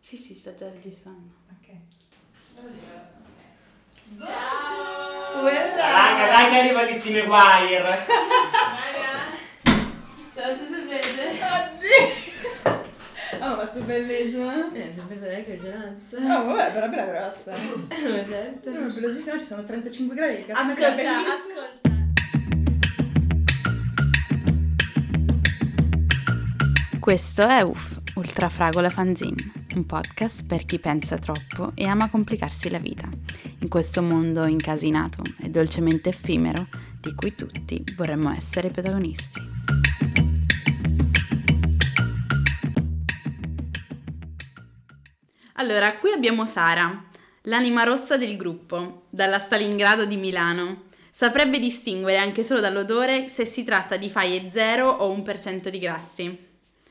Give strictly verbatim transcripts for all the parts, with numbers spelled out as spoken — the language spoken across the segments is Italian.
Sì, sì, sta già registrando. Ok. Ciao! Raga, dai che arriva Lizzie McGuire! Raga! Ciao, se sapete? Oddio! Oh, ma sto bellezza. Eh, sapete lei che grazia. Oh, vabbè, però è bella grossa. Ma certo. No, è bellissima, ci sono trentacinque gradi. Che cazzo Ascolta, mi crede? ascolta. Questo è U F, Ultrafragola Fanzine, un podcast per chi pensa troppo e ama complicarsi la vita, in questo mondo incasinato e dolcemente effimero di cui tutti vorremmo essere protagonisti. Allora, qui abbiamo Sara, l'anima rossa del gruppo, dalla Stalingrado di Milano. Saprebbe distinguere anche solo dall'odore se si tratta di faie zero o uno per cento di grassi.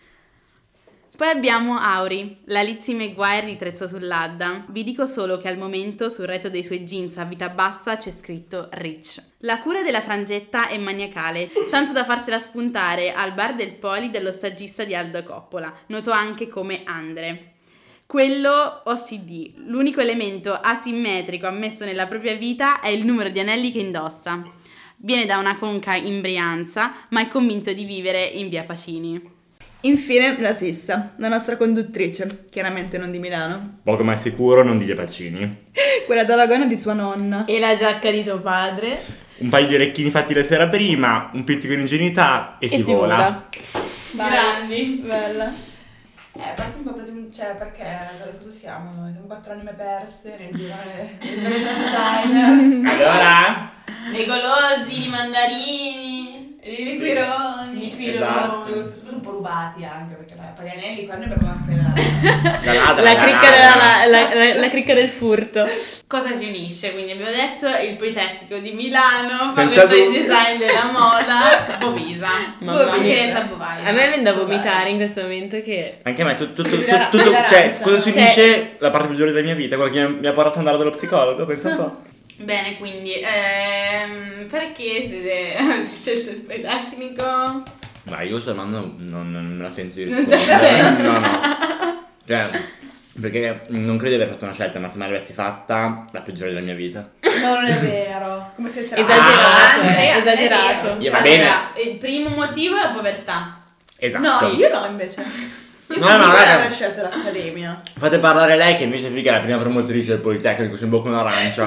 Poi abbiamo Auri, la Lizzie McGuire di Trezzo sull'Adda. Vi dico solo che al momento sul retro dei suoi jeans a vita bassa c'è scritto Rich. La cura della frangetta è maniacale, tanto da farsela spuntare al bar del Poli dello stagista di Aldo Coppola, noto anche come Andre. Quello O C D, l'unico elemento asimmetrico ammesso nella propria vita è il numero di anelli che indossa. Viene da una conca in Brianza, ma è convinto di vivere in via Pacini. Infine la Sissa, la nostra conduttrice, chiaramente non di Milano. Poco ma sicuro non di Via Pacini. Quella da vagone di sua nonna. E la giacca di tuo padre. Un paio di orecchini fatti la sera prima, un pizzico di ingenuità e, E si, si vola. vola. Vai. Grandi. Bella. Eh, parti un po' presi, cioè, perché, cosa siamo noi? Siamo quattro anime perse nel girare il fashion designer. Allora? Dei golosi, di mandarini. I liquironi. Liquironi. Esatto. Soprattutto un po' rubati anche, perché la Paglianelli, qua noi abbiamo anche la... La ladra, La la cricca, ladra. della, la, la, la cricca del furto. Cosa ci unisce? Quindi abbiamo detto il Politecnico di Milano, Senza facoltà di dubbio. design della moda, Bovisa. Mamma Bovisa. mia. Che sa Bovisa. A me viene da vomitare in questo momento che... Anche a me, tutto, tutto, Alla- tutto, tutto all'arancia. cioè, cosa ci Cioè- unisce la parte peggiore della mia vita, quella che mi ha- mi ha portato ad andare dallo psicologo, pensa un po'. Bene, quindi, ehm, perché siete, avete scelto il Politecnico? Ma io questa domanda non, non, non me la sento di Non te la rispondere. senti? No, no. Cioè, perché non credo di aver fatto una scelta, ma se mai l'avessi fatta, la peggiore della mia vita. No, non è vero. Come sei tra... Esagerato, Ah, eh, Andrea, non è esagerato. vero. Io va Allora, il primo motivo è la povertà. Esatto. No, io no invece. Io No, non ma guarda- avrei scelto l'accademia. Fate parlare lei che invece figa è la prima promotrice del Politecnico, si imbocca un'arancia.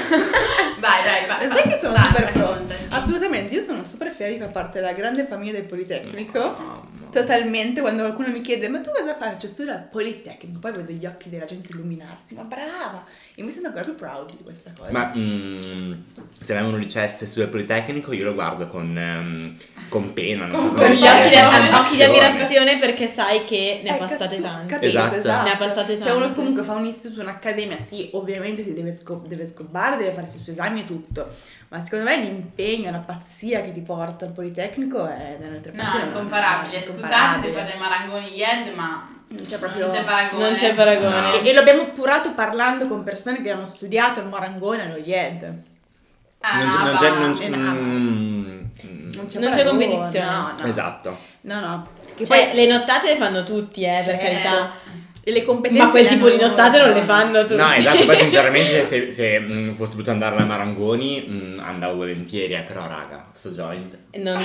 Vai, vai, vai. Sai che sono Sara, super pro? raccontaci. Assolutamente, io sono super fiera di far parte della grande famiglia del Politecnico. Mamma. Totalmente, quando qualcuno mi chiede ma tu cosa fai? Cioè studio al Politecnico, poi vedo gli occhi della gente illuminarsi, ma brava! E mi sento ancora più proud di questa cosa. Ma mm, se mai uno dicesse studio al Politecnico, io lo guardo con, ehm, con pena, non so Con come gli dire, occhi Occhi, di- con di, occhi di passione. ammirazione perché sai che ne ha Eh, passate cazzo, tante. Capito, Esatto. esatto. Ne ha passate Cioè uno tante. comunque fa un istituto, un'accademia, sì, ovviamente si deve, scop- deve scopare, deve farsi i suoi esami e tutto. Ma secondo me l'impegno, la pazzia che ti porta al Politecnico è nelle altre No, parti è non- incomparabile. è Scusate, incomparabile. fate marangoni Yed, ma Non c'è proprio... non c'è paragone. Non c'è paragone. E, e lo abbiamo appurato parlando con persone che hanno studiato il Marangone allo I E D. Ah, Non c'è, non va. c'è, non c'è, Eh, no, ma- mm, mm, Non c'è, Non c'è paragone, competizione. No, no. Esatto. No, no. Che Cioè, poi le nottate le fanno tutti, eh, per Certo. carità. e le competenze Ma quel le tipo hanno di nottate loro. non le fanno tutti. No, esatto, poi sinceramente se, se mm, fossi potuto andare alla Marangoni mm, andavo volentieri, eh, però raga, sto joint. Non,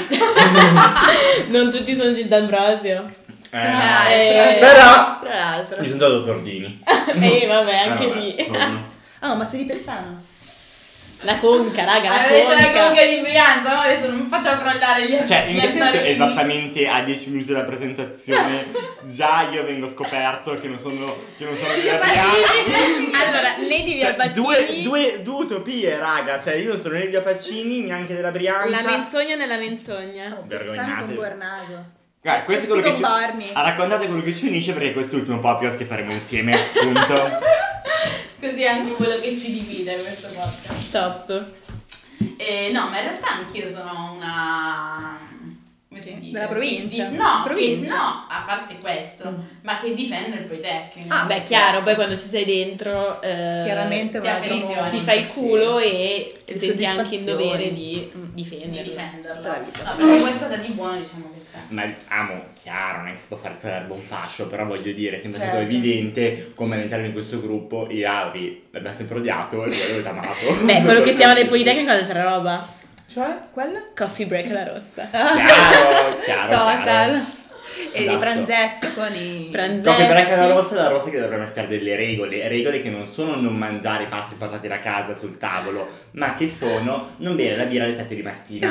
non tutti sono Gil D'Ambrosio. Eh, Eh, però Tra l'altro. mi sono dato Tordini. E vabbè, anche Eh, vabbè, lì. sono- Ah, ma sei di Pessano? La conca, raga, la Avete detto la conca. conca di Brianza, no? Adesso non facciamo crollare gli Cioè, in gli che senso altarini. esattamente a dieci minuti dalla presentazione già io vengo scoperto che non sono che non sono di Adriano. Allora, né di Via Cioè, Pacini, due, due, due utopie, raga. Cioè, io non sono né di Via Pacini, neanche della Brianza. la menzogna nella menzogna. Oh, Pessano Vergognatevi. con Bornago. Guarda, questo è quello Questi che con ci... Barney. Ah, raccontate quello che ci unisce perché questo è l'ultimo podcast che faremo insieme, punto. Così è anche quello che ci divide questo podcast. Top. Eh, no, ma in realtà anch'io sono una... come si dice? Della provincia. Di- di- no, Provincia. che- no, a parte questo, Mm. ma che difende il Politecnico. Ah, Beh, chiaro, poi quando ci sei dentro eh, Chiaramente ti un altro affezioni. mondo, ti fai il sì. culo e ti Di senti anche in soddisfazione. dovere di di difenderlo. difenderlo. Tutta la vita. No, perché qualcosa di buono diciamo che c'è. Ma amo, chiaro, non è che si può fare tutto l'erba un fascio, però voglio dire, è sempre Certo. stato evidente come all'interno di questo gruppo io e Auri l'abbiamo sempre odiato e lui l'avete amato. Beh, quello che siamo del Politecnico è un'altra roba. Cioè? Quello? Coffee break alla rossa. Chiaro, chiaro, Total. chiaro. E i Esatto. pranzetti con i... Pranzetti. Coffee break alla rossa è la rossa che dovrebbe mettere delle regole, regole che non sono non mangiare i pasti portati da casa sul tavolo, ma che sono non bere la birra alle sette di mattina.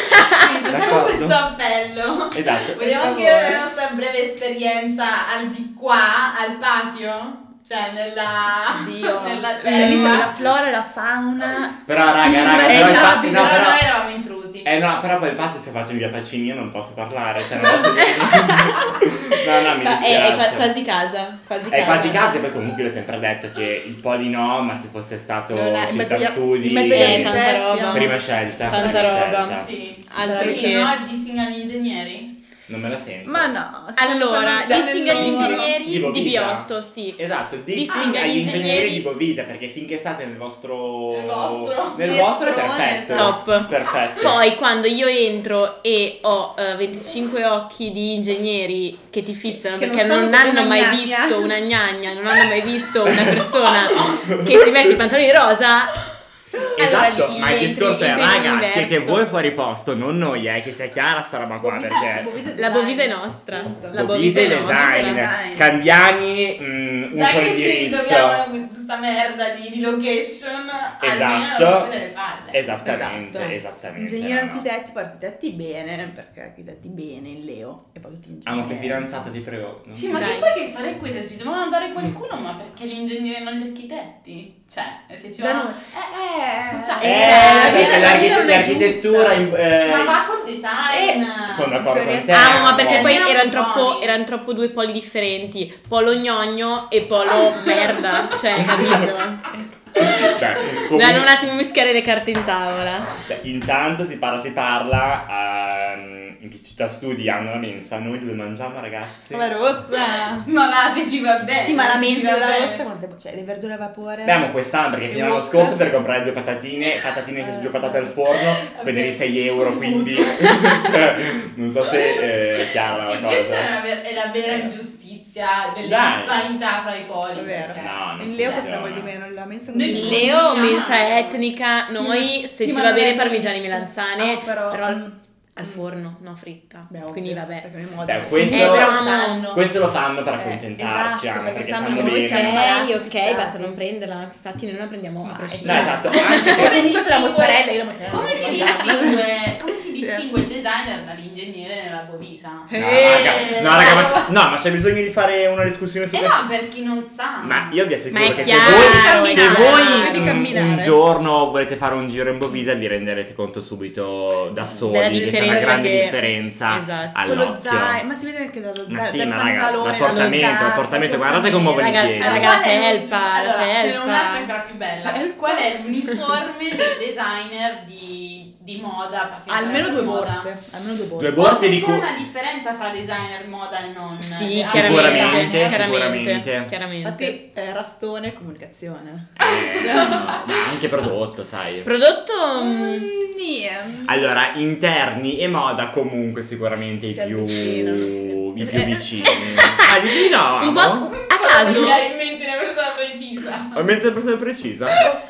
Sì, facciamo D'accordo. questo appello. Esatto. Vogliamo Per anche favore. la nostra breve esperienza al di qua, al patio? Cioè nella... Dio. nella Cioè lì c'è terra. la flora e la fauna. Però raga, raga, però, Immaginabile. no, Però però, noi eravamo intrusi. eh no, però poi il patio si faccio in via Pacini, io non posso parlare, cioè non posso dire. No, no, mi Fa- è, dispiace. è qua- quasi casa. Quasi È casa. quasi casa, e poi comunque io ho sempre detto che il poli no, ma se fosse stato Non è- in mezzo città agli- studi, in mezzo agli Eh, tanta architetti, roba. no? prima scelta. Tanta prima roba. scelta. Sì. Altro Perché che- no, il dissing agli ingegneri? Non me la sento. Ma no. Allora, già dissing agli nel loro. ingegneri Di di, Bovisa. B otto, sì. Esatto, Dissing dissing agli agli ingegneri ingegneri di Bovisa, perché finché state nel vostro Nel vostro. nel vostro è Minestrone, perfetto. Top. Perfetto. Poi quando io entro e ho eh, venticinque occhi di ingegneri che ti fissano Che perché non non, sanno cos'è hanno una mai gnagna. visto una gnagna, non hanno mai visto una persona che si mette i pantaloni rosa. Esatto, allora lì ma il entri- discorso è, entri in un raga, universo. siete voi fuori posto, non noi, eh, che sia chiara sta roba qua, Bovisa- perché Bovisa La Bovisa è design. nostra. Tutto. La Bovisa Bovisa e è nostra. design, design. Cambiani, mm, un Già solo che ci indirizzo. troviamo con questa merda di, di location, almeno Esatto. rompere le palle. Esattamente, Esatto. esattamente. Ingegneri no, no. architetti, poi architetti bene, perché architetti bene, il Leo, e poi tutti ingegneri. Amo, sei fidanzata, ti prego. no? Sì, ma Dai. che poi che storia è questa? Ci dovevano andare qualcuno, ma perché gli ingegneri e non gli architetti? Cioè, se ci Da vanno... noi. Eh, eh. Scusa, Eh, la perché vita- la l'archi- vita non è l'architettura giusta. in- eh, Ma va col design! sono d'accordo in con te. teoria Ah, ma perché Eh, poi almeno erano sono troppo, buoni. erano troppo due poli differenti. Polo gnogno e polo merda. Cioè, capito? Cioè, comunque- Danno un attimo mischiare le carte in tavola. Beh, intanto si parla, si parla, ehm, in che città studi hanno la mensa, noi dove mangiamo ragazzi? La rossa. Ma va, se ci va bene! Sì, ma la ci mensa va della bene. rossa, quante cioè le verdure a vapore. Abbiamo quest'anno perché Il fino all'anno wok. scorso per comprare due patatine, patatine su Eh, due patate al forno, spendevi ok. sei euro, quindi cioè, non so se eh, è chiara la Sì, questa è, cosa. una ver- è la vera ingiustizia delle Dai. disparità fra i poli. È vero. perché- No, non Il si Leo funziona. costa molto di meno, la mensa Noi- costa- Il Leo, Continuiamo. mensa etnica, Sì, noi ma- se sì, ci ma va non bene è parmigiane buonissimo. melanzane, Ah, però- però al, mm. al forno, no fritta. Beh, Quindi ovvio, vabbè. perché noi moda- Beh, questo- Eh, però lo amo- sanno. Questo lo fanno per Eh, accontentarci, esatto, anche perché perché sanno sanno che noi bene. siamo Ok, malati, ok, fissati. basta non prenderla. Infatti noi non la prendiamo a Ma- No, prescindere. esatto, anche Come per- si Questa è la distingue- mozzarella, io la mozzarella Come non si la mangiavo. distingue, come si distingue il designer dall'ingegnere nella Bovisa? No, Eh, raga, no, raga, ma, c'è- no, ma c'è bisogno di fare una discussione su Eh questo. no, per chi non sa. Ma io vi assicuro Ma è che chiaro, se voi, è se chiaro. voi Vedi un, camminare. un giorno volete fare un giro in Bovisa vi renderete conto subito da soli Della che c'è una differenza grande che- differenza Esatto. Con lo all'occhio. zaino, ma si vede anche dallo Ma zaino, sì, dal ma raga, pantalone, l'apportamento, dallo l'apportamento, zaino, guardate come muove le Raga, piedi. raga, Qual la è un- felpa, la allora, ce n'è felpa. un'altra ancora più bella. Felpa. Qual è l'uniforme dei designer di, di moda? Perché Almeno sarebbe due moda. borse, almeno due borse. Due borse Forse di c'è cui- una differenza fra designer moda e non. Sì, eh, chiaramente, Sicuramente, chiaramente, sicuramente. chiaramente. Infatti eh, rastone e comunicazione. Eh, no, ma anche prodotto, sai. Prodotto mm, Mm, yeah. Allora, interni e moda comunque sicuramente i Si più, avvicinano, sì. i più vicini. Ah, dici no? un po' amo? a caso. Mi viene in mente una persona precisa. Ho in mente una persona precisa.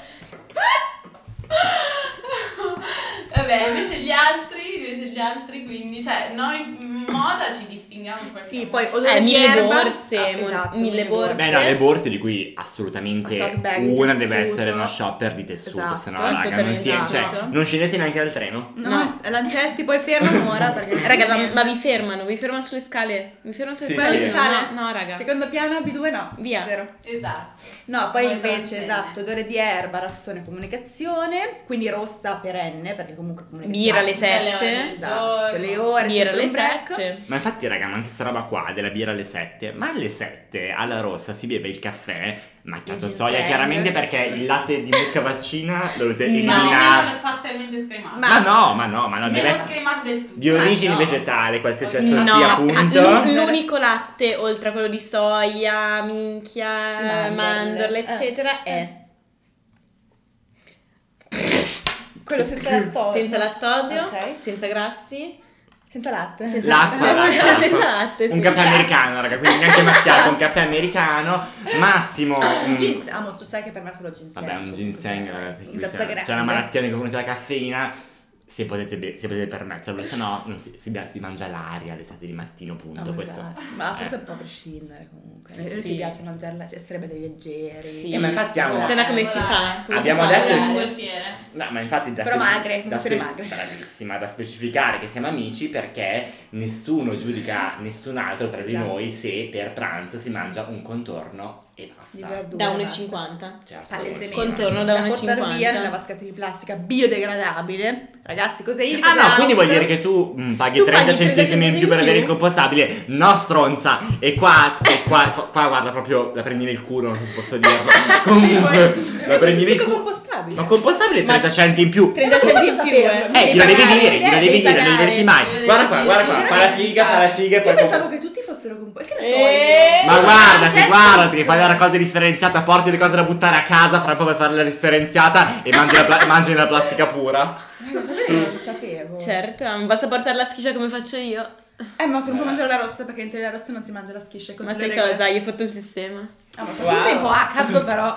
Vabbè, invece gli altri, invece gli altri, quindi, cioè, noi in moda ci distinguiamo in qualche Sì, modo. poi odore Eh, di mille erba. borse, Ah, mo- esatto, mille borse. Beh no, le borse di cui assolutamente Tote bag di una deve tessuto. essere una shopper di tessuto, Esatto, se no raga non, assolutamente, si, cioè, esatto. non scendete neanche dal treno. No, No. Lancetti, poi fermano ora perché Raga, ma, ma vi fermano, vi fermano sulle scale? Vi fermano sulle Sì, scale? sì. No, Scale? no, no, raga. Secondo piano B due no. Via. Zero. Esatto. No, poi Poi invece, transenne. esatto, odore di erba, rastone, comunicazione, quindi rossa perenne, perché comunque comunicazione. Birra alle Tutte le ore sette. del Esatto, giorno. le ore, Birra sempre alle un break. sette. Ma infatti raga, ma anche sta roba qua della birra alle sette, ma alle sette alla Rossa si beve il caffè macchiato Il soia, ginseng. chiaramente perché il latte di mucca vaccina lo dovete No, eliminare. non è parzialmente scremato. Ma no, ma no, ma non deve Meno essere scremato del tutto. di origine no. vegetale, qualsiasi esso No, sia, ah, appunto. l'u- l'unico latte oltre a quello di soia, minchia, Mandorle, mandorle, eh. eccetera, è Quello senza lattosio. senza lattosio, Ok. senza grassi, Senza latte. senza L'acqua, l'acqua, senza l'acqua. latte, Un sì. caffè americano, raga, quindi neanche macchiato, un caffè americano, massimo Un un- ginseng. Ah, ma tu sai che per me è solo ginseng. Vabbè, un ginseng, Cioè, vabbè, perché in tazza c'è, grande. c'è una malattia nei confronti della caffeina, se potete, be- se potete permetterlo, se no non si, si, si mangia l'aria alle sette di mattino, punto. Ah, questo. esatto. Ma forse eh. può prescindere comunque. Sì, A noi sì. ci piace mangiarla, cioè essere belli leggeri. Sì. Eh, ma infatti amo- Se no come si fa? Come Abbiamo si fa? detto- Le mongolfiere. No, ma infatti da Però speci- magre, da mongolfiere speci- magre. bravissima, da specificare che siamo amici perché nessuno giudica nessun altro tra di Esatto. noi se per pranzo si mangia un contorno e Di basta. verdura, Da uno e basta. cinquanta. Certo, Palesemente. Contorno da da uno e portare cinquanta. via nella vaschetta di plastica biodegradabile. Ragazzi, cos'è il Ah no, quindi vuol dire che tu mm, paghi Tu trenta paghi trenta centesimi in più per in avere più? il compostabile? No, stronza! E qua, e qua, qua, qua, guarda proprio, la prendi nel culo, non so se posso dirlo. Comunque, la prendi nel culo. compostabile. Ma compostabile Ma- trenta centi in più. trenta Ma come centi in posso più, saperlo? eh. Eh, Devi glielo devi pagare, dire, glielo devi dire, non pagare. gli dici mai. Devi Guarda qua, dire, guarda qua, devi fa la dire. figa, fa la figa e Io poi... pensavo che tutti fossero compostabili. Che ne so Eh. io? Ma guardati, C'è guardati, scritto. fai la raccolta differenziata, porti le cose da buttare a casa, fra un po' per fare la differenziata e mangi, la pla- mangi nella plastica pura. Ma davvero non lo sapevo. Certo, non basta portare la schiscia come faccio io. Eh, ma tu non puoi mangiare la rossa perché in teoria la rossa non si mangia la schiscia. è Ma contro sai le regole. cosa? Io ho fatto il sistema. Ah, ma so- Wow. tu sei un po' hack però.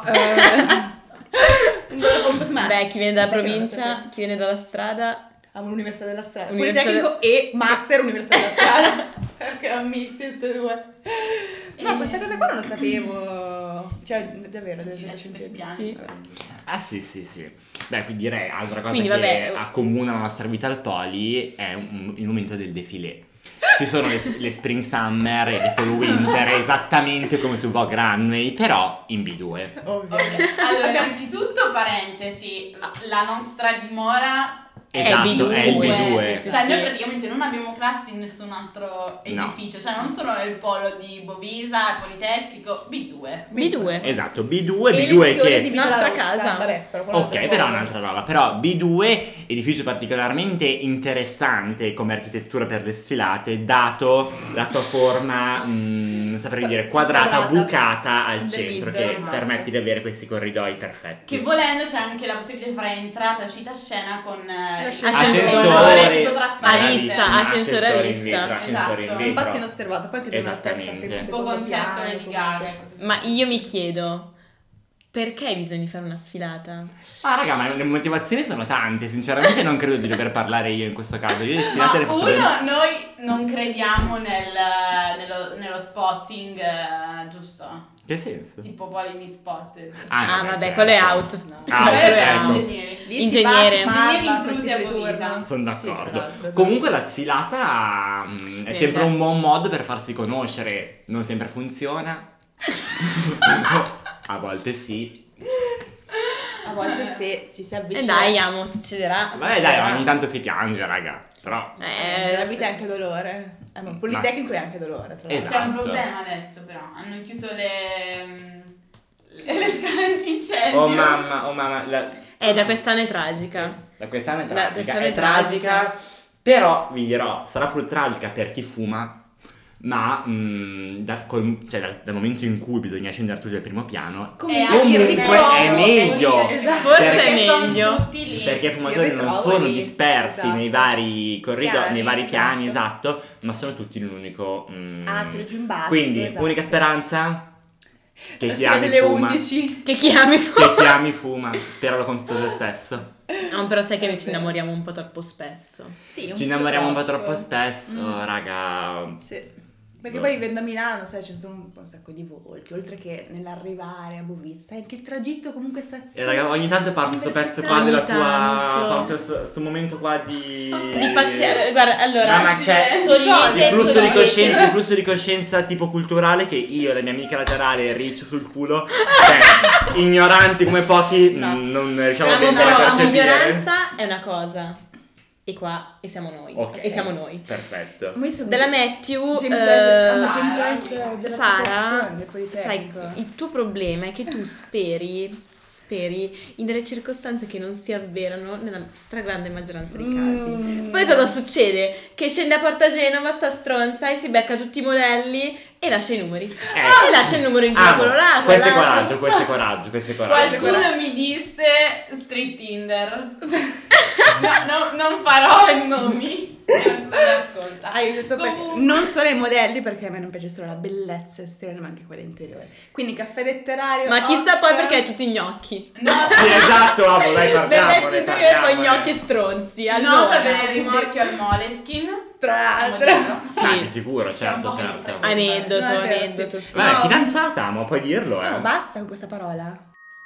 Eh... un po' un po' too much. Beh, chi viene dalla Sai che non lo provincia, sapevo. chi viene dalla strada. Ah, un'università della strada. Università Politecnico e master università della strada. Perché ho messi tutte e due. No, questa cosa qua non lo sapevo. Cioè, davvero, deve Ci essere centesimi. Sì. Ah sì sì sì. Beh, quindi direi altra cosa Quindi, che vabbè, accomuna la nostra vita al Poli è un- il momento del defilé. Ci sono le, le Spring Summer e le Fall Winter esattamente come su Vogue Runway, però in B due. Ovvio. Ok, allora innanzitutto parentesi, la nostra dimora Esatto, è il B due. sì, sì, cioè sì. noi praticamente non abbiamo classi in nessun altro edificio, cioè non solo nel polo di Bovisa, Politecnico, B due. B due. Esatto, B due, B E due lezione che... di Vita Nostra Rossa. casa. Vabbè, però quello Ok, è però è cosa. un'altra roba. Però B due, edificio particolarmente interessante come architettura per le sfilate, dato la sua forma, mh, non saprei dire, quadrata, Quadrata. bucata al Del centro, mid, che esatto. permette di avere questi corridoi perfetti. Che volendo c'è anche la possibilità di fare entrata e uscita a scena con eh, Ascensore. tutto trasparente. A vista, ascensore a Ascensore in vista. vetro, ascensore in Esatto. Un vetro. passo inosservato, poi anche una terza, Esattamente. prima, Tipo secondo concerto piano, Lady Gaga. comunque. cose Ma così. io mi chiedo, perché hai bisogno di fare una sfilata? Ah raga, ma le motivazioni sono tante, sinceramente non credo di dover parlare io in questo caso. Io le Ma sfilate le faccio uno, noi non crediamo nel, nello, nello spotting, eh, giusto? Che senso? Tipo Polly Spotted. Ah, Ah, no, vabbè, certo. quello è out. No. Ah, Quello ok, è per ecco. ingegneri. Lì si Ingegnere. va, si parla, Ingegneri intrusi a partite di Bovisa. turno. Sono Sì, d'accordo. tra l'altro, esatto. Comunque la sfilata mm, è Niente. sempre un buon modo per farsi conoscere. Non sempre funziona. A volte sì. A volte se si si E avvicina. dai, amo, succederà. Vabbè dai, succederà. ogni tanto si piange, raga. Però Eh, la vita è Eh, anche dolore. Eh, ma il Politecnico è anche dolore, tra l'altro. Esatto. C'è un problema adesso però, hanno chiuso le, mm, le, le scale antincendio. oh mamma, oh mamma, la, è da quest'anno è tragica. la quest'anno è La- tragica, quest'anno è è tragica, tragica. però vi dirò, sarà pure tragica per chi fuma, ma mm, da- col- cioè, dal, dal momento in cui bisogna scendere tutti al primo piano, Comunque, anche il il comunque ritrovo, è meglio. Esatto. Forse Perché è sono meglio. tutti lì. Perché i fumatori Il non ritrovo sono lì, dispersi esatto. nei vari corridoi, Piani, nei vari piani, esatto. esatto, ma sono tutti in un unico mm, Atrio giù in basso. Quindi, esatto. unica speranza che La chi storia ami delle fuma. undici. Che chiami Che chi ami fuma. Spero con tutto se stesso. No, però sai che noi ci innamoriamo un po' troppo spesso. Sì, un Ci po' innamoriamo un po' troppo. troppo spesso, Mm. raga. Sì. Perché poi vivendo a Milano, sai, ci sono un, un sacco di volti, oltre che nell'arrivare a Bovisa, sai, anche il tragitto comunque sta... E raga, ogni tanto parte sto pezzo qua Ogni della sua. tanto. Parte sto, sto momento qua di. Di pazzia- guarda, allora, No, ma c'è togliete, il flusso di togliete. coscienza, il flusso di coscienza tipo culturale che io e la mia amica laterale Rich sul culo, cioè, ignoranti come pochi, No. mm, non riusciamo a Bravo, vendere no, a la percepire. L'ignoranza è una cosa, e qua e siamo noi. Ok. E siamo noi. Perfetto. Ma io sono Della Matthew, James eh, Joyce, Sara. James Joyce della Sara, situazione, del sai, Politecnico. il tuo problema è che tu speri, speri in delle circostanze che non si avverano nella stragrande maggioranza dei casi. Mm. Poi cosa succede? Che scende a Porta Genova, sta stronza e si becca tutti i modelli e lascia i numeri. Eh. E lascia il numero in giro, Amo. quello là, Questo è quell'altro. coraggio, questo è coraggio, questo è coraggio. Qualcuno mi disse Street Tinder. No, no, non farò i nomi, che non so se mi ascolta. Hai detto perché- Comunque- non solo i modelli, perché a me non piace solo la bellezza esterna, ma anche quella interiore. Quindi caffè letterario. Ma chissà hot. poi perché hai tutti gnocchi. No, Sì, esatto, amo, dai, parliamo, Bellezza ne interiore e poi parliamo, gnocchi e eh. stronzi. nota Allora, per il rimorchio al Moleskine. Tra Possiamo l'altro. dirlo. sì. Ah, di sicuro, certo, un po' certo. che- Aneddoto, No, è vero, aneddoto, sì. sì. Vabbè, No. fidanzata, ma puoi dirlo, eh. No, basta con questa parola.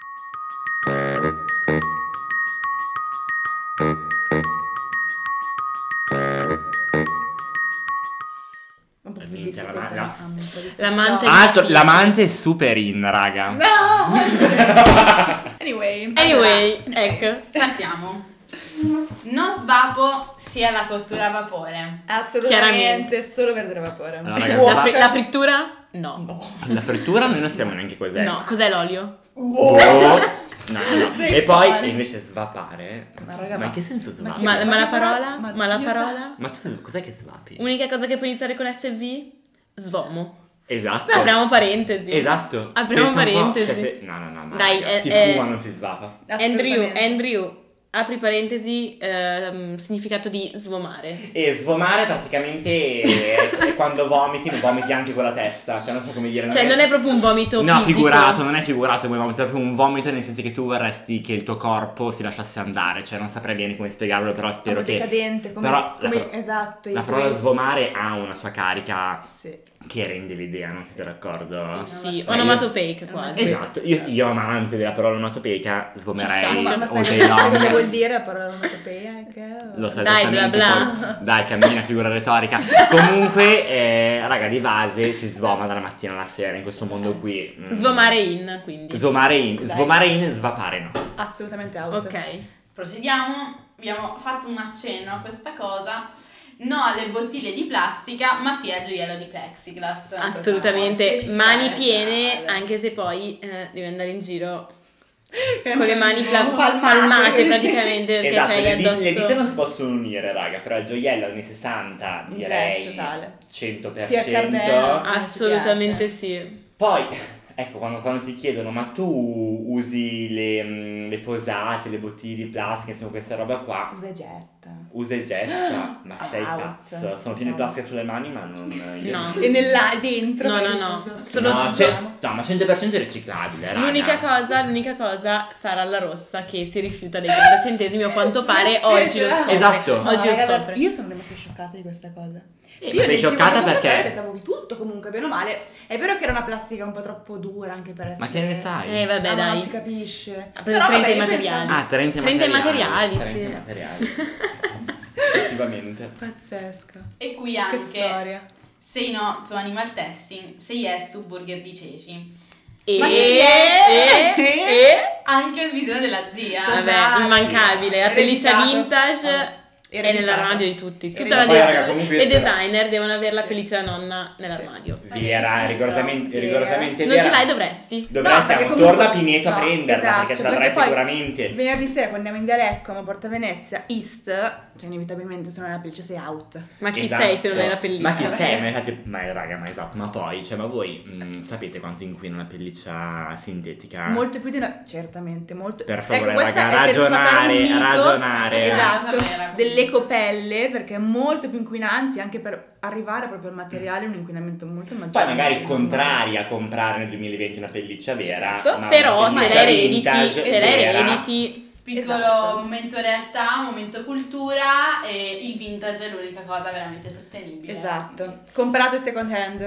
Un po' più Minchia, difficile, la- però la- amo un po' difficile. L'amante- No. Altro, l'amante è super in, raga. No! Anyway. Anyway, ecco. Partiamo. Non svapo sia la cottura a vapore. Assolutamente, Chiaramente. solo verdere vapore. Allora, ragazzi, La, va- fri- la frittura? No. No. La frittura noi non sappiamo neanche cos'è. No, cos'è l'olio? Oh. No, no. Sei E poi fuori. invece svapare. Ma raga, ma in ma- che senso ma svapi? che- Ma, ma ma la che parola? parola? Ma Ma la Dio parola? Ma tu cos'è che svapi? Unica cosa che può iniziare con S V? Svomo. Esatto. Apriamo parentesi. Esatto. Apriamo Pensa un po', parentesi. cioè, se- No, no, no, ma Dai, raga, eh, si eh, fuma, non si svapa. Andrew, Assolutamente. Andrew, apri parentesi, ehm, significato di svomare. E svomare praticamente è, è quando vomiti, ma vomiti anche con la testa. Cioè, non so come dire. Cioè, non è proprio un vomito No, fisico. figurato, non è figurato come vomito, è proprio un vomito nel senso che tu vorresti che il tuo corpo si lasciasse andare, cioè non saprei bene come spiegarlo, però spero Come che... decadente, come, però la come- pro- esatto. La i parola tuoi- svomare ha una sua carica Sì. che rende l'idea, non siete d'accordo? Sì, Ma onomatopeica io- quasi. Esatto, io, io amante della parola onomatopeica svomerei Diciamo, ma, ma all sai, day sai cosa long. vuol dire la parola onomatopeica? Lo sai Dai, bla esattamente, bla. poi- dai, cammina, figura retorica. Comunque, eh, raga, di base si svoma dalla mattina alla sera in questo mondo qui. Mm. Svomare in, quindi. Svomare in, Dai. svomare in, svapare no. Assolutamente out. Ok. Procediamo. Abbiamo fatto un accenno a questa cosa. No alle bottiglie di plastica, ma sì al gioiello di plexiglass. Assolutamente, Specificare. mani piene, anche se poi eh, devi andare in giro con le mani pla- Palmate. palmate praticamente perché Esatto, c'hai le, dita, addosso. le dita non si possono unire, raga, però il gioiello anni sessanta Un direi tre totale. cento per Pia cento. Cardella. Assolutamente Mi sì. Poi, ecco, quando, quando ti chiedono, ma tu usi le, mm, le posate, le bottiglie di plastica, insomma questa roba qua, Usa e getta. usa e getta, ma sei Out. pazzo, sono piene di plastica sulle mani ma non... io- No. E nella dentro. No, no, perché no. sono- Solo- no, so- cioè- no, ma cento per cento è riciclabile, raga. L'unica cosa, l'unica cosa sarà la rossa che si rifiuta dei trenta centesimi o a quanto pare oggi lo scopre. Esatto. No, Oggi lo raga, scopre. Io sono rimasta scioccata di questa cosa. Eh, Cioè, ma io sei leggevo scioccata che comunque perché- pensavo di tutto comunque, bene o male. È vero che era una plastica un po' troppo dura anche per essere... Ma che ne sai? Eh vabbè Ah, ma dai. non si capisce. Ha preso Però, trenta vabbè, i io materiali. Ah, trenta trenta i materiali. materiali, trenta sì. materiali. Effettivamente. pensavo- Pazzesco. E qui Che anche storia. Say no to animal testing, say yes to burger di ceci. E, Ma sì, e, eh? e, Anche il visione della zia. Vabbè. vabbè, immancabile. La pelliccia Ereditato. vintage Ah, è ereditato. nell'armadio di tutti. Tutta Ereditato. la Poi, raga, vita. comunque E io spero- designer devono avere la Sì. pelliccia da nonna nell'armadio. Vera, rigorosamente, Vera. rigorosamente Non vera. ce l'hai, dovresti. Dovresti, No, perché no, comunque- torna a Pineto a no, prenderla esatto, perché ce l'avrai poi sicuramente. Venerdì sera quando andiamo in Dialecco a Porta Venezia East, cioè inevitabilmente se non è la pelliccia sei out. Ma chi Esatto. sei se non hai la pelliccia? Ma chi sei? Ma, infatti, ma raga, ma esatto, ma poi, cioè, ma voi mh, sapete quanto inquina una pelliccia sintetica? Molto più di una... Certamente, molto... Per favore, ecco, questa raga, è per sfatare ragionare, un mito, ragionare. Esatto, Cosa vera, quindi. dell'ecopelle, perché è molto più inquinanti anche per arrivare proprio al materiale, un inquinamento molto maggiore. Poi magari contrari a comprare nel duemilaventi una pelliccia vera, Esatto. ma Però una se pelliccia la erediti, vintage se la vera. erediti Piccolo Esatto. momento realtà, momento cultura e il vintage è l'unica cosa veramente sostenibile. Esatto, comprate second hand.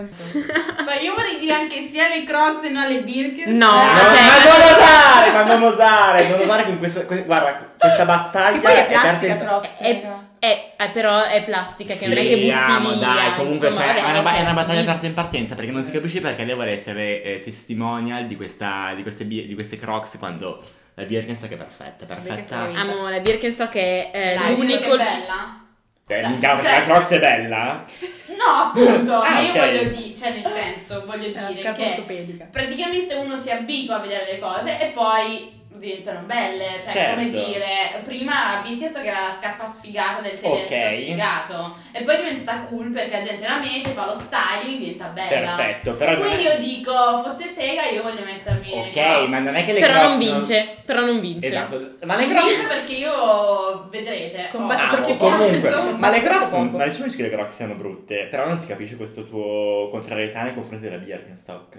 Ma io vorrei dire anche sia le Crocs e non le Birken. No, No, cioè, ma non ma- osare, ma non osare, non osare con questa, que- guarda, questa battaglia Che poi è persa plastica in- Crocs, È, raga. è- è- però è plastica che non è che Sì, butti amo, via. dai, comunque insomma, cioè, vabbè, è, una, ba- ok. è una battaglia persa in partenza perché non si capisce perché lei vuole essere eh, testimonial di, questa, di, queste, bi- di queste Crocs quando La Birkenstock è perfetta, perfetta. Birkenstock Amo la Birkenstock, è eh, Dai, l'unico... che bella. Eh, Dai, minchia, cioè- la Crocs è bella? No, appunto, Ah, ma io ok. voglio dire, cioè nel senso, voglio È una dire scarpa che ortopedica. praticamente uno si abitua a vedere le cose e poi diventano belle, cioè Certo. come dire, prima la Birkenstock era la scarpa sfigata del tedesco Ok. sfigato e poi è diventata cool perché la gente la mette, fa lo styling, diventa bella. Perfetto, però non Quindi è- io dico, fotte sega, io voglio mettermi le Ok, Crocs. ma non è che le Però Crocs non vince, però non vince. Esatto, ma le Non Crocs... vince perché io, vedrete, Combatte ho- Ah, troppo o poco. comunque, Combatte ma le troppo Crocs, poco. ma nessuno dice che le Crocs siano brutte, però non si capisce questo tuo contrarietà nei confronti della Birkenstock.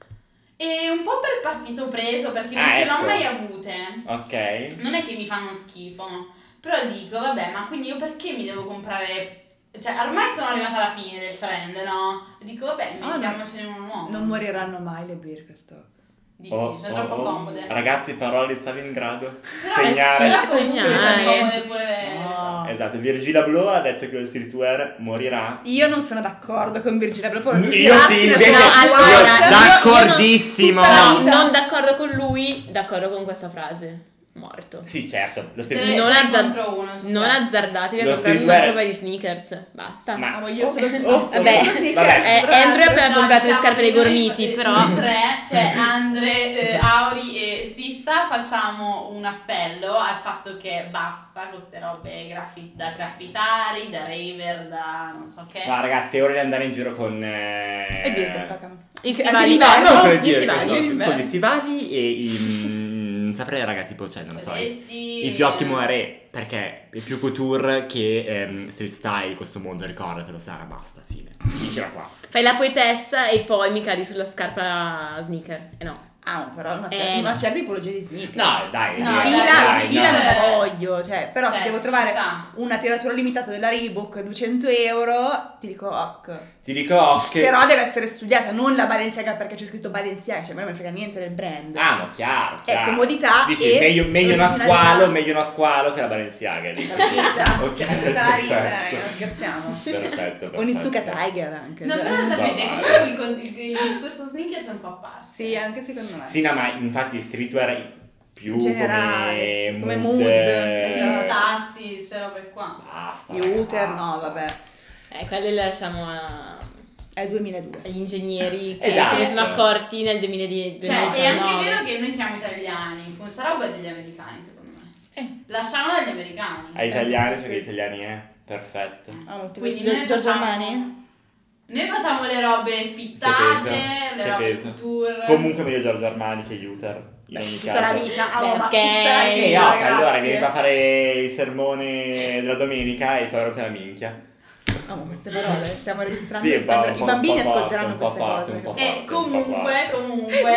E un po' per partito preso perché non Ah, ce l'ho ecco. mai avute. Ok. Non è che mi fanno schifo, però dico, vabbè, ma quindi io perché mi devo comprare... Cioè, ormai sono arrivata alla fine del trend, no? Dico, vabbè, Ah, no. mettiamocene uno nuovo. Non moriranno mai le Birkenstock. Dici, Oh, sono oh, troppo oh. comode. Ragazzi, parole stavi in grado? Però Segnare. Però Sì, comunque segnare. sono comode pure le... No. Esatto, Virgila Blu ha detto che lo streetwear morirà. Io non sono d'accordo con Virginia Blu. Io sì, invece- No, allora, io- io- io non- d'accordissimo. tutta la No. vita- non d'accordo con lui, d'accordo con questa frase. Morto. Sì, certo, lo Tre- streetwear. Non, tre azzard- contro uno su non questo. azzardatevi a Lo comprarvi una streetwear- roba di sneakers. Basta. Ma- Amo io solo Oh, Vabbè, vabbè. eh, Andrew ha appena No, comprato le diciamo scarpe dei che noi, gormiti, eh, però... noi tre, cioè Andre, eh, Auri e Sista, facciamo un appello al fatto che basta con queste robe graffi- da graffitari, da raver, da non so che. No, ragazzi, è ora di andare in giro con... Eh... E Birkenstock. I Anche stivali, l'inverno, No, non per gli dire stivali. questo, un po' l'inverno. di stivali e i... mm, saprei, raga, tipo, cioè, non lo so, i, Cosetti, i fiocchi moiré, perché è più couture che ehm, street style questo mondo, ricordatelo, Sara, basta, fine. Finiscila qua. Fai la poetessa e poi mi cadi sulla scarpa sneaker. Eh no. Ah, però una, Eh, cer- una no. certa tipologia di sneaker. No, dai, No, dai, dai, Fila, dai, fila no. non la voglio, cioè, però Cioè, se devo ci trovare sta. una tiratura limitata della Reebok duecento euro, ti dico ok. Ti dico oh, che... Però deve essere studiata, non la Balenciaga perché c'è scritto Balenciaga, cioè a me non me ne frega niente del brand. Ah, ma chiaro, È chiaro. comodità Dici, e meglio, meglio una originalità. squalo, meglio una squalo che la Balenciaga. dici. Tutta la vita, Ok, tutta la vita, perfetto. eh, non scherziamo. Perfetto, perfetto. Un Izuka Tiger anche. No, cioè. però sapete, Va comunque il, con- il, il discorso sneakers è un po' a parte. Sì, anche secondo me. Sì, no, ma infatti streetwear più In generale, come sì, come mood, mood, eh, Si Esatto. sta, sì, queste robe qua. Basta. Uter, basta. no, vabbè. Eh, quelle le lasciamo a- È il duemiladue. agli ingegneri che Esatto. se ne sono accorti nel duemiladiciannove. Cioè, è anche vero che noi siamo italiani, questa roba è degli americani, secondo me. Eh. Lasciamo dagli americani. Ai italiani, perché gli italiani è perfetto. Ah, molti Quindi questi noi Giorgio facciamo- Armani? Noi facciamo le robe Che fittate, peso, le che robe peso. couture. Comunque meglio Giorgio Armani che Uter. In ogni Tutta caso. la vita, Beh, oh, ma ok. tutta la E vita, ok, allora grazie. vieni qua a fare il sermone della domenica e poi rompe la minchia. Ah, ma queste parole, stiamo registrando, Sì, i un po', padri- un po', i bambini un po' forte, ascolteranno un po' queste forte, cose. un po' E forte, un po' comunque, forte. comunque,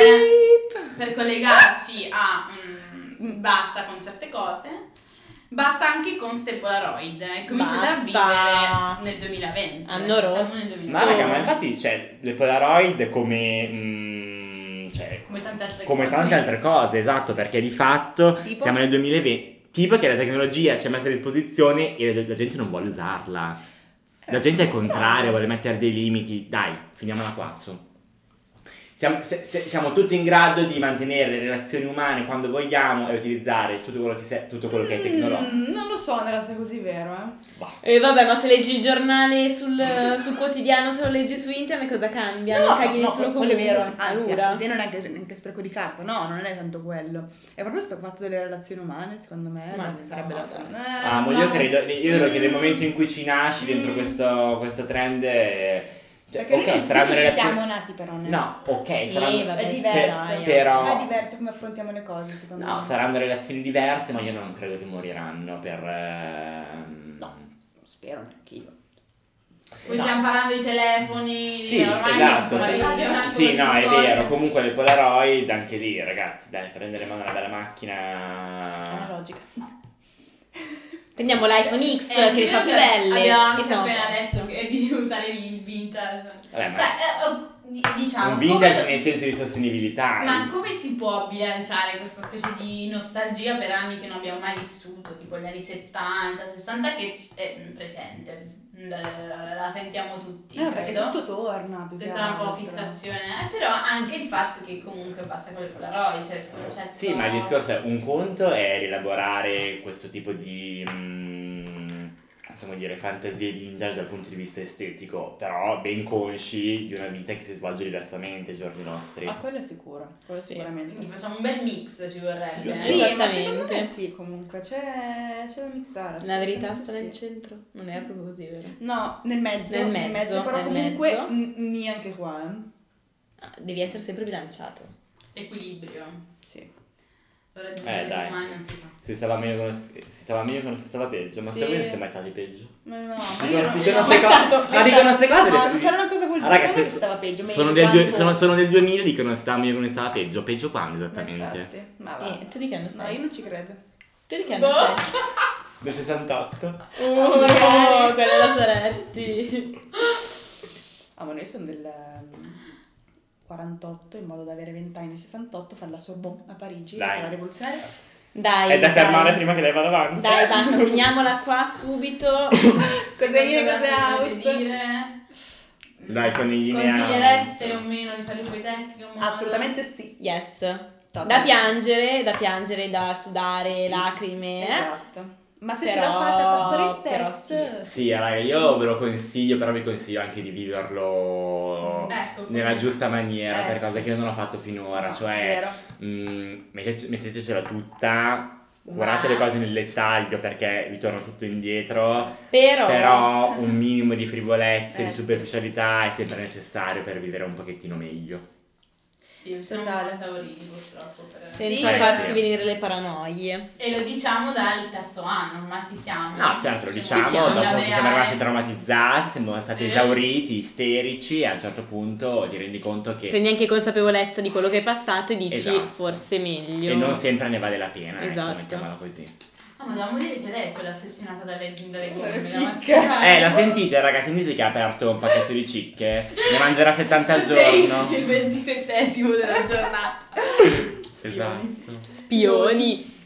per collegarci a mm, basta con certe cose, basta anche con ste Polaroid. E cominciate a Basta. vivere nel duemilaventi. Hanno rotto. Siamo nel duemilaventi. Ma raga, ma infatti cioè, le Polaroid come... mm, cioè, Come tante altre come cose. tante altre cose, esatto, perché di fatto Tipo? siamo nel duemilaventi, tipo che la tecnologia ci è messa a disposizione e la, la gente non vuole usarla. La gente al contrario vuole mettere dei limiti. Dai, finiamola qua, su. Siamo, se- se- siamo tutti in grado di mantenere le relazioni umane quando vogliamo e utilizzare tutto quello che, se- tutto quello che è tecnologico. Mm, non lo so, nella sia così vero, eh. Bah. E vabbè, ma se leggi il giornale sul, sul quotidiano, se lo leggi su internet, cosa cambia? non caghi nessuno quello è comunque. vero, anzi, Allora. così non è neanche, neanche spreco di carta, no, non è tanto quello. È proprio questo fatto delle relazioni umane, secondo me, Ma dai, sarebbe no, da fare. dai. Eh, Ah, ma no. io credo, io credo che nel Mm. momento in cui ci nasci dentro Mm. questo, questo trend, eh, cioè, Perché ok, noi saranno non ci relazioni... siamo nati però, né? No, ok, Sì, saranno... vabbè, è sì, diverso, dai, però- ma è diverso come affrontiamo le cose, secondo No, me. saranno relazioni diverse, ma io non credo che moriranno per... ehm, No, spero neanch'io. Poi No. stiamo parlando di telefoni, Sì, ormai esatto. siamo arrivati a un altro Sì, no, è discorso. vero. Comunque le Polaroid, anche lì, ragazzi, dai, prendere in mano una bella macchina. Analogica. Prendiamo l'iPhone X Eh, che le fa più abbiamo- belle. Abbiamo e anche siamo a appena posto. detto che di usare il vintage. Vabbè, ma Cioè, eh, oh, di- diciamo, un vintage come- nel senso di sostenibilità. ma come si può bilanciare questa specie di nostalgia per anni che non abbiamo mai vissuto, tipo gli anni settanta, sessanta che c- è presente la, la sentiamo tutti, No, perché credo. tutto torna più che Questa è un po' altro. fissazione, eh, però anche il fatto che comunque basta con le Polaroid, cioè il concetto... Sì, ma il discorso è un conto è rielaborare questo tipo di mm, insomma dire fantasie vintage dal punto di vista estetico, però ben consci di una vita che si svolge diversamente ai giorni nostri. Ah, quello è sicuro, quello Sì. Quindi sicuramente. facciamo un bel mix, ci vorrebbe. Giusto. Sì, ma Esattamente. secondo me sì, comunque, c'è, c'è da mixare. La verità assolutamente sta sì. nel centro, non è proprio così, vero? No, nel mezzo, Nel nel mezzo, però nel comunque mezzo. n- neanche qua, eh. Ah, devi essere sempre bilanciato. Equilibrio. Sì. Ora Eh, giungere dai. domani non si fa. Si stava meglio quando si stava meglio quando si stava peggio, ma Sì. se voi non siete mai stati peggio. Ma no, ma Dicono, io non... dicono no, ste ma- cose, ma dicono ste cose. No, le- non sarà una cosa vuol Ah, dire ragazzi, che stava peggio, meglio sono di del, due- quando- sono, sono del duemila, dicono stava meglio quando stava peggio. Peggio quando Ma esattamente? infatti, ma va. E tu di che anno No, sei? io non ci credo. Tu di che anno Boh. sei? Del sessantotto. Oh, magari. quella la Saretti. Ah, ma noi sono del ehm, quarantotto, in modo da avere venti anni nel sessantotto, fare la Sorbonne a Parigi, Dai. fare la rivoluzionaria. Dai, È da dai. fermare prima che lei vada avanti. Dai, basta, finiamola qua subito. Cose in, Cosa cose dovete out. dire? Dai, conigline Consigliereste out. o meno di fare il Politecnico? Assolutamente sì. Yes. Top. Da piangere, da piangere, da sudare, Sì, lacrime. eh? Esatto. Ma se ce Però- la fate a passare il però test, Sì, raga, io ve lo consiglio, però vi consiglio anche di viverlo Ecco, nella come- giusta maniera, Eh, per cose sì. che io non ho fatto finora, no, cioè zero. mm, mettete- mettetecela tutta, curate Ma- le cose nel dettaglio perché vi torna tutto indietro, Però, però un minimo di frivolezze, Eh, di sì. superficialità è sempre necessario per vivere un pochettino meglio. Sì, siamo Totale. un po' esauriti purtroppo. Per... senza Sì. farsi Sì. venire le paranoie. E lo diciamo dal terzo anno, ormai ci siamo. No, certo, lo diciamo, siamo, dopo che laureare. siamo rimasti traumatizzati, siamo stati Eh. esauriti, isterici, e a un certo punto ti rendi conto che Prendi anche consapevolezza di quello che è passato e dici Esatto. forse meglio. e non sempre ne vale la pena, Esatto. ecco, mettiamola così. Ah, ma dobbiamo dire che lei è quella ossessionata dalle, dalle gomme. Dalle da cicche. mascherare. Eh, la sentite, raga, sentite che ha aperto un pacchetto di cicche? Ne mangerà settanta al Tu sei giorno. il ventisettesimo della giornata. Esatto. Spioni.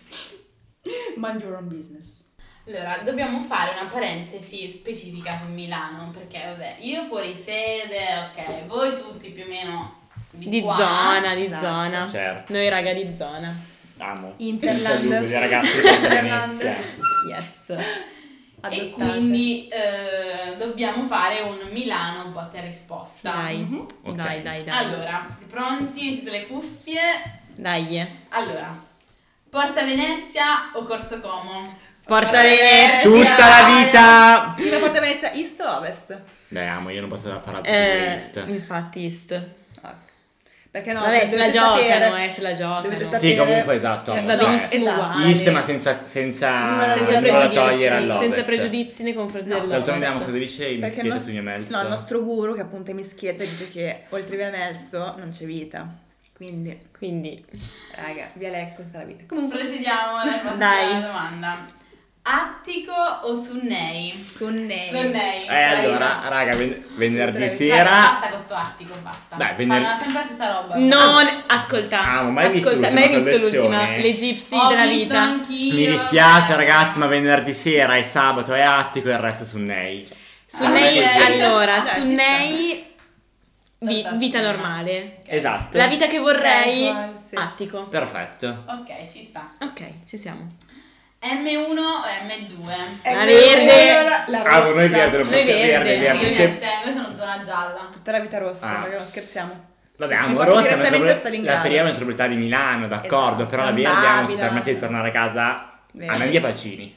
mind your own business. Allora, dobbiamo fare una parentesi specifica su Milano, perché vabbè, io fuori sede, ok, voi tutti più o meno di, Di qua. zona, di Esatto. zona. Certo. Noi raga di zona. Amo. Interland. Senza dubbio, dei ragazzi di Interland. Venezia. Yes. E Adottate. quindi eh, dobbiamo fare un Milano botta e risposta. Dai. Mhm. Ok. Dai, dai, dai. Allora, siete pronti? Mettete le cuffie. Dai. Allora, Porta Venezia o Corso Como? Porta Venezia. Tutta la vita! Sì, ma Porta Venezia East o Ovest? Beh, amo, io non posso fare altro Eh, di questo. infatti, ist. Ah. Perché no? Vabbè, se la dovete giocano, sapere- eh, se la giocano. Dovete Sì, sapere- comunque esatto. Cioè, amo. va No, benissimo esatto. uguale. East, ma senza, senza, Nulla- senza nulla nulla da togliere pregiudizi, all'ovest. senza pregiudizi nei confronti No, dell'ovest. d'altronde andiamo, cosa dice i Perché mischieti il no- su Via Melso? No, il nostro guru, che appunto è Mischieta, dice che oltre Via Melso non c'è vita. Quindi, Quindi, raga, Via Lecco tutta la vita. Comunque, Procediamo alla prossima Dai. domanda. Attico o Sunnei? Sunnei. Sunnei. Eh, allora, raga, ven- venerdì Tutte le- Sera. sera... Basta con sto Attico, basta. Dai, vener- Fanno sempre la stessa roba. non ascolta. Ah, ma mai visto ascolta, l'ultima mai visto l'ultima? collezione? Le gypsy Ho della visto vita. anch'io. Mi dispiace ragazzi, ma venerdì sera e sabato è Attico e il resto su Nei. Su Ah, Nei, ok. allora, Dai, su ci sta. Nei vi- Tanta vita stima. normale. Ok. Esatto. La vita che vorrei, Casual, sì. Attico. Perfetto. Ok, ci sta. Ok, ci siamo. M uno o M due? È La verde, verde. La, la Ah, rossa. noi verde, lo Noi possiamo verde. verde, Io verde. mi Se- astengo, io sono zona gialla. Tutta la vita rossa, Ah. perché non scherziamo. Vabbè, Mi amo, porti rossa è direttamente a metropo- Stalingrado. la prima metropolitana di Milano, d'accordo, Esatto, però la San verde amo, ci Babila. permette di tornare a casa Vero. a Via Pacini.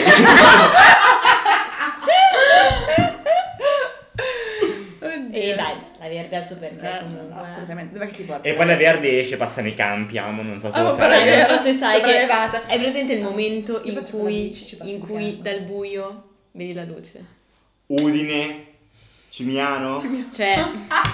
E dai, la verde al suo perché Eh, comunque. assolutamente. Dov'è che ti porta? E poi la verde esce, passa nei campi, amo, non so se Ah, lo però Eh, è sai. vero. non so se sai che Sopraelevata. è presente il momento Io in faccio con la cui, bici, ci passo in in cui fianco. dal buio vedi la luce. Udine, Cimiano. Cioè,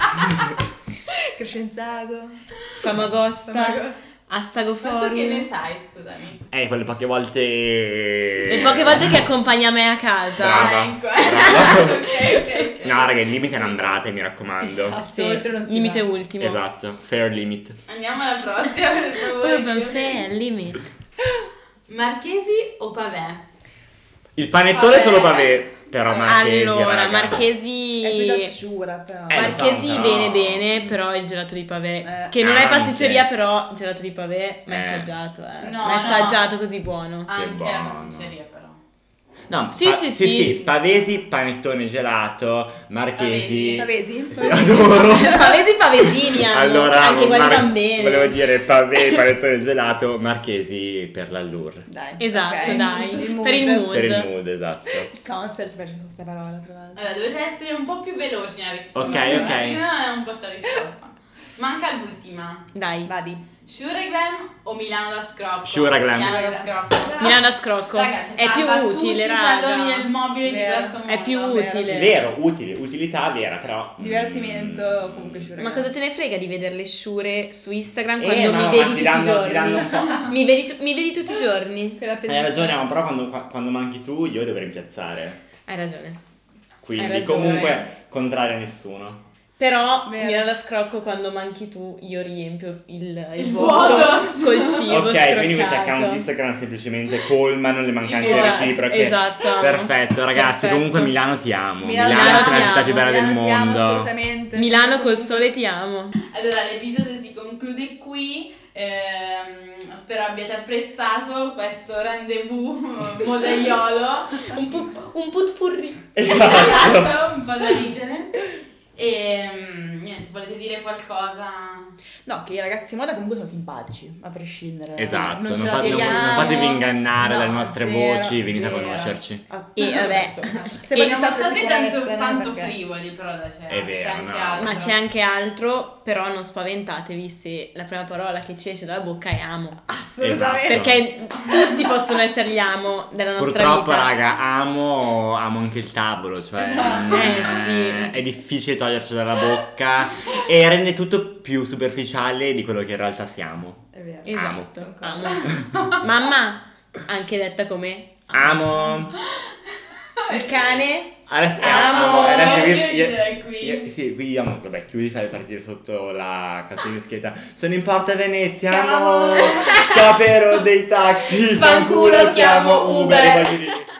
Crescenzago. Famagosta, Famagosta. Ma Assago tu che ne Forum. sai, scusami? Eh, quelle poche volte... Le poche volte che accompagna me a casa. Brava. Ah, ecco. Brava. ok, ok, ok. No, raga, il limite è un'Andrate, mi raccomando. Esatto. Sì, Oltre non si limite va. ultimo. Esatto, fair limit. Andiamo alla prossima, per favore. Urban Fair Limit. Marchesi o Pavè? Il panettone Vabbè. solo pavè. Però Marchesi, Allora, raga. Marchesi... È più da sciura, però. Eh, lo so, Marchesi però- bene bene, però il gelato di Pavè, Eh, che non è anche. pasticceria, però il gelato di Pavè mai Eh. assaggiato, eh. No, mai no. assaggiato così buono. Anche buono. la pasticceria però. No, Sì, pa- sì, sì, sì. sì, Pavesi, panettone gelato, Marchesi. Pavesi? Sì, adoro. Pavesi pavesini hanno, Allora, anche quelli Mar- van bene. volevo dire Pavè, panettone gelato, Marchesi per l'allure. Dai. Esatto, ok. dai, Il mood. per il mood. Per il mood, esatto. Il concert, ci piace questa parola, tra l'altro. Allora, dovete essere un po' più veloci nella risposta. Ok, ok. perché sennò è un po' la risposta. Manca l'ultima. Dai. Vadi. Shure Glam o Milano da Scrocco? Shure Glam. Milano da Scrocco. Milano da Scrocco. Raga, ci È più salva utile, tutti i saloni raga. del mobile Vero. di questo mondo. È più vero. utile. Vero, utile, utilità vera, però. Divertimento, comunque sciura. Ma cosa te ne frega di vedere le sciure su Instagram Eh, quando ma mi no, vedi ma ti tutti danno- i giorni? ti danno un po'. mi, vedi tu- mi vedi tutti i giorni? Hai ragione, ma però quando, qua- quando manchi tu io devo rimpiazzare. Hai ragione. Quindi Hai ragione. comunque contrario a nessuno. Però Vero. Milano da Scrocco quando manchi tu io riempio il, il, Il vuoto, vuoto. col cibo Ok, scroccato. quindi questi account Instagram semplicemente colmano le mancanze Esatto, reciproche. esatto. Perfetto, ragazzi, Perfetto. comunque Milano ti amo. Milano Milano, ti sei la città amo. più bella del Milano ti amo mondo. assolutamente. Milano col sole ti amo. Allora, l'episodio si conclude qui. Ehm, spero abbiate apprezzato questo rendezvous modaiolo. Un, pu- un putpurri. Esatto. Un po' da ridere. E mm, niente, volete dire qualcosa? No, che i ragazzi moda comunque sono simpatici, a prescindere. Esatto, non, ce la fate- non- non tiriamo. fatevi ingannare No, dalle nostre zero, voci, venite a zero. conoscerci. Ah, E vabbè. insomma, E se poi Siamo state stati tanto, sicurezze, no, tanto perché- frivoli, però dai, c'è, È vero, c'è anche no. altro. Ma c'è anche altro, però non spaventatevi se la prima parola che ci esce dalla bocca è amo. Assolutamente. Esatto. Perché tutti possono essere gli amo della nostra Purtroppo, vita. raga, amo, amo anche il tavolo, cioè Esatto. eh, Eh, sì. è difficile toglierci dalla bocca e rende tutto più superficiale di quello che in realtà siamo. È vero. Esatto, amo. Mamma, anche detta come Amo. il cane. Adesso, Amo. adesso Io io- direi qui. io- sì, qui amo. Vabbè, chiudi, fai partire sotto la canzone schietta. Sono in Porta Venezia, amo. Sciopero dei taxi. Fanculo, chiamo Uber. e poi chiudi.